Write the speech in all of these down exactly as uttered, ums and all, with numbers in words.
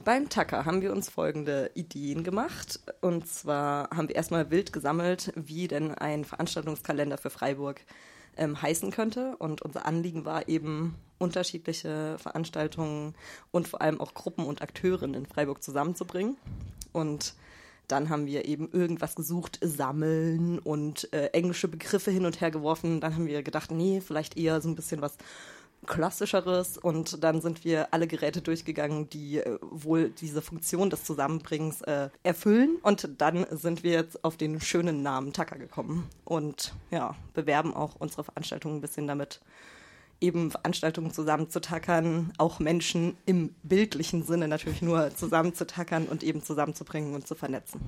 Beim Tacker haben wir uns folgende Ideen gemacht. Und zwar haben wir erstmal wild gesammelt, wie denn ein Veranstaltungskalender für Freiburg ähm, heißen könnte. Und unser Anliegen war eben, unterschiedliche Veranstaltungen und vor allem auch Gruppen und Akteurinnen in Freiburg zusammenzubringen. Und dann haben wir eben irgendwas gesucht, sammeln und äh, englische Begriffe hin und her geworfen. Dann haben wir gedacht, nee, vielleicht eher so ein bisschen was Klassischeres. Und dann sind wir alle Geräte durchgegangen, die äh, wohl diese Funktion des Zusammenbringens äh, erfüllen. Und dann sind wir jetzt auf den schönen Namen Tacker gekommen und ja, bewerben auch unsere Veranstaltung ein bisschen damit, eben Veranstaltungen zusammen zu tackern, auch Menschen im bildlichen Sinne natürlich nur zusammen zu tackern und eben zusammenzubringen und zu vernetzen.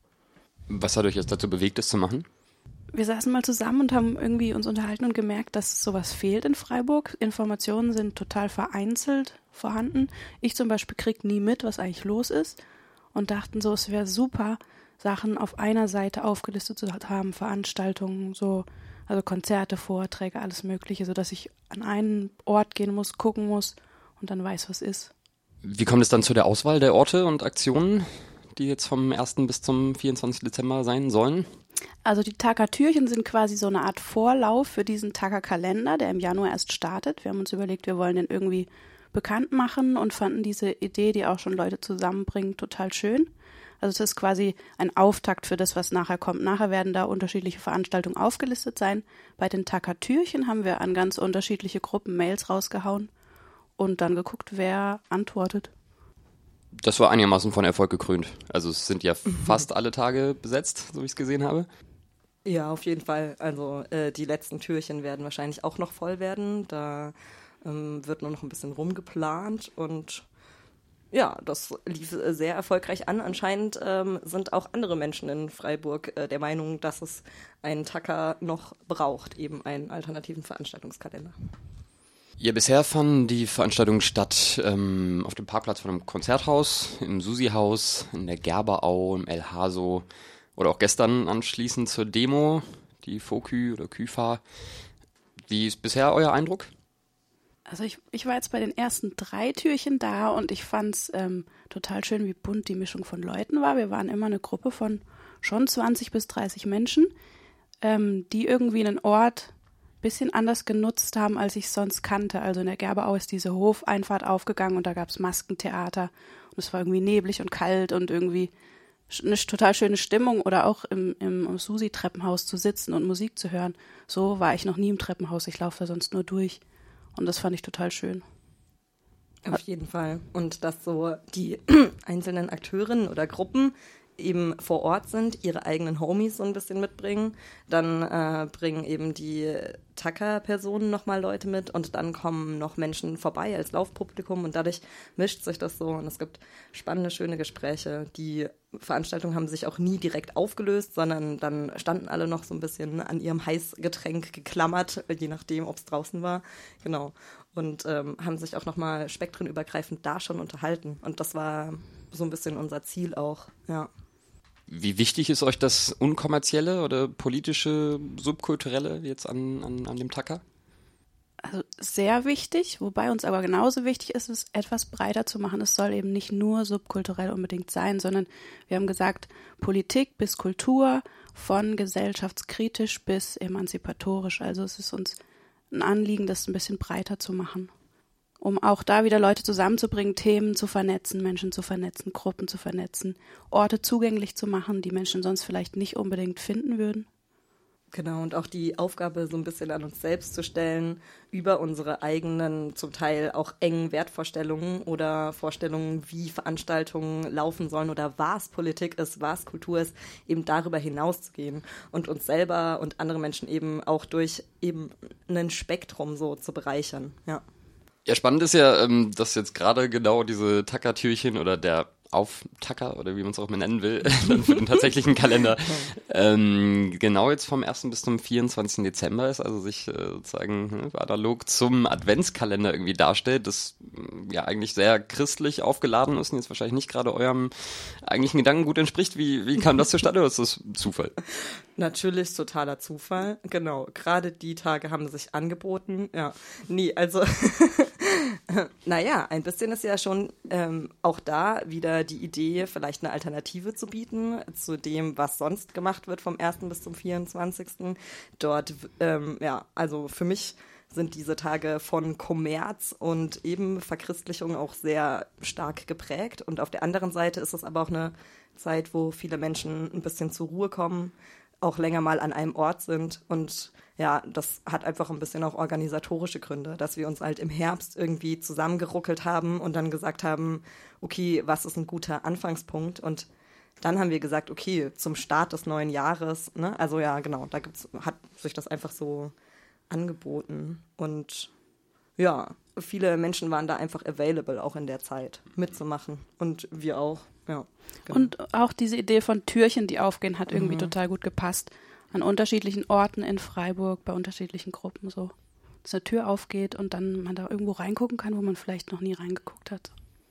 Was hat euch jetzt dazu bewegt, das zu machen? Wir saßen mal zusammen und haben irgendwie uns unterhalten und gemerkt, dass sowas fehlt in Freiburg. Informationen sind total vereinzelt vorhanden. Ich zum Beispiel kriege nie mit, was eigentlich los ist und dachten so, es wäre super, Sachen auf einer Seite aufgelistet zu haben, Veranstaltungen, so also Konzerte, Vorträge, alles Mögliche, sodass ich an einen Ort gehen muss, gucken muss und dann weiß, was ist. Wie kommt es dann zu der Auswahl der Orte und Aktionen, die jetzt vom ersten bis zum vierundzwanzigsten Dezember sein sollen? Also die Tacker-Türchen sind quasi so eine Art Vorlauf für diesen Tacker-Kalender, der im Januar erst startet. Wir haben uns überlegt, wir wollen den irgendwie bekannt machen und fanden diese Idee, die auch schon Leute zusammenbringt, total schön. Also es ist quasi ein Auftakt für das, was nachher kommt. Nachher werden da unterschiedliche Veranstaltungen aufgelistet sein. Bei den Tacker-Türchen haben wir an ganz unterschiedliche Gruppen Mails rausgehauen und dann geguckt, wer antwortet. Das war einigermaßen von Erfolg gekrönt. Also es sind ja fast alle Tage besetzt, so wie ich es gesehen habe. Ja, auf jeden Fall. Also äh, die letzten Türchen werden wahrscheinlich auch noch voll werden. Da ähm, wird nur noch ein bisschen rumgeplant und ja, das lief sehr erfolgreich an. Anscheinend ähm, sind auch andere Menschen in Freiburg äh, der Meinung, dass es einen Tacker noch braucht, eben einen alternativen Veranstaltungskalender. Ja, bisher fanden die Veranstaltungen statt ähm, auf dem Parkplatz von einem Konzerthaus, im Susi-Haus, in der Gerberau, im El Haso oder auch gestern anschließend zur Demo, die Fokü oder Küfa. Wie ist bisher euer Eindruck? Also ich, ich war jetzt bei den ersten drei Türchen da und ich fand es ähm, total schön, wie bunt die Mischung von Leuten war. Wir waren immer eine Gruppe von schon zwanzig bis dreißig Menschen, ähm, die irgendwie einen Ort ein bisschen anders genutzt haben, als ich es sonst kannte. Also in der Gerberau ist diese Hofeinfahrt aufgegangen und da gab es Maskentheater und es war irgendwie neblig und kalt und irgendwie eine total schöne Stimmung oder auch im, im Susi-Treppenhaus zu sitzen und Musik zu hören. So war ich noch nie im Treppenhaus, ich laufe da sonst nur durch. Und das fand ich total schön. Auf jeden Fall. Und dass so die einzelnen Akteurinnen oder Gruppen eben vor Ort sind, ihre eigenen Homies so ein bisschen mitbringen. Dann äh, bringen eben die Tacker-Personen nochmal Leute mit und dann kommen noch Menschen vorbei als Laufpublikum und dadurch mischt sich das so und es gibt spannende, schöne Gespräche. Die Veranstaltungen haben sich auch nie direkt aufgelöst, sondern dann standen alle noch so ein bisschen an ihrem Heißgetränk geklammert, je nachdem, ob es draußen war. Genau. Und ähm, haben sich auch nochmal spektrenübergreifend da schon unterhalten. Und das war so ein bisschen unser Ziel auch, ja. Wie wichtig ist euch das unkommerzielle oder politische, subkulturelle jetzt an, an, an dem Tacker? Also sehr wichtig, wobei uns aber genauso wichtig ist, es etwas breiter zu machen. Es soll eben nicht nur subkulturell unbedingt sein, sondern wir haben gesagt, Politik bis Kultur, von gesellschaftskritisch bis emanzipatorisch. Also es ist uns ein Anliegen, das ein bisschen breiter zu machen, um auch da wieder Leute zusammenzubringen, Themen zu vernetzen, Menschen zu vernetzen, Gruppen zu vernetzen, Orte zugänglich zu machen, die Menschen sonst vielleicht nicht unbedingt finden würden. Genau, und auch die Aufgabe so ein bisschen an uns selbst zu stellen, über unsere eigenen, zum Teil auch engen Wertvorstellungen oder Vorstellungen, wie Veranstaltungen laufen sollen oder was Politik ist, was Kultur ist, eben darüber hinauszugehen und uns selber und andere Menschen eben auch durch eben ein Spektrum so zu bereichern, ja. Ja, spannend ist ja, dass jetzt gerade genau diese Tacker-Türchen oder der Auftacker oder wie man es auch mal nennen will, dann für den tatsächlichen Kalender, ähm, genau jetzt vom ersten bis zum vierundzwanzigsten Dezember ist, also sich äh, sozusagen analog zum Adventskalender irgendwie darstellt, das ja eigentlich sehr christlich aufgeladen ist und jetzt wahrscheinlich nicht gerade eurem eigentlichen Gedanken gut entspricht. Wie, wie kam das zustande oder ist das Zufall? Natürlich totaler Zufall, genau. Gerade die Tage haben sich angeboten, ja. Nee, also Naja, ein bisschen ist ja schon ähm, auch da wieder die Idee, vielleicht eine Alternative zu bieten zu dem, was sonst gemacht wird vom ersten bis zum vierundzwanzigsten Dort, ähm, ja, also für mich sind diese Tage von Kommerz und eben Verchristlichung auch sehr stark geprägt. Und auf der anderen Seite ist es aber auch eine Zeit, wo viele Menschen ein bisschen zur Ruhe kommen, auch länger mal an einem Ort sind. Und ja, das hat einfach ein bisschen auch organisatorische Gründe, dass wir uns halt im Herbst irgendwie zusammengeruckelt haben und dann gesagt haben, okay, was ist ein guter Anfangspunkt? Und dann haben wir gesagt, okay, zum Start des neuen Jahres, ne? Also ja, genau, da gibt's, hat sich das einfach so angeboten. Und ja, viele Menschen waren da einfach available, auch in der Zeit mitzumachen. Und wir auch, ja. Genau. Und auch diese Idee von Türchen, die aufgehen, hat irgendwie Mhm. total gut gepasst. An unterschiedlichen Orten in Freiburg, bei unterschiedlichen Gruppen so. Dass eine Tür aufgeht und dann man da irgendwo reingucken kann, wo man vielleicht noch nie reingeguckt hat.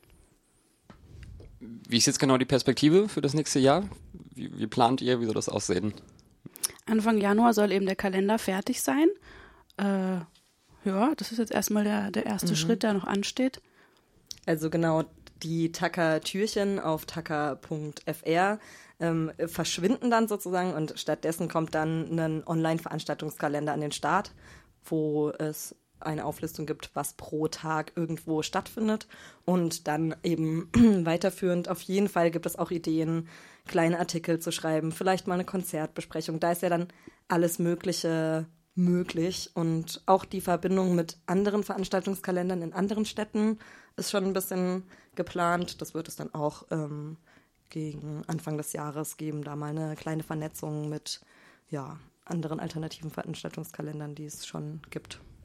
Wie ist jetzt genau die Perspektive für das nächste Jahr? Wie, wie plant ihr, wie soll das aussehen? Anfang Januar soll eben der Kalender fertig sein. Äh, ja, das ist jetzt erstmal der, der erste Mhm. Schritt, der noch ansteht. Also genau, die Tacker-Türchen auf tacker punkt f r ähm, verschwinden dann sozusagen und stattdessen kommt dann ein Online-Veranstaltungskalender an den Start, wo es eine Auflistung gibt, was pro Tag irgendwo stattfindet und dann eben weiterführend. Auf jeden Fall gibt es auch Ideen, kleine Artikel zu schreiben, vielleicht mal eine Konzertbesprechung. Da ist ja dann alles Mögliche möglich und auch die Verbindung mit anderen Veranstaltungskalendern in anderen Städten ist schon ein bisschen geplant. Das wird es dann auch ähm, gegen Anfang des Jahres geben, da mal eine kleine Vernetzung mit ja, anderen alternativen Veranstaltungskalendern, die es schon gibt.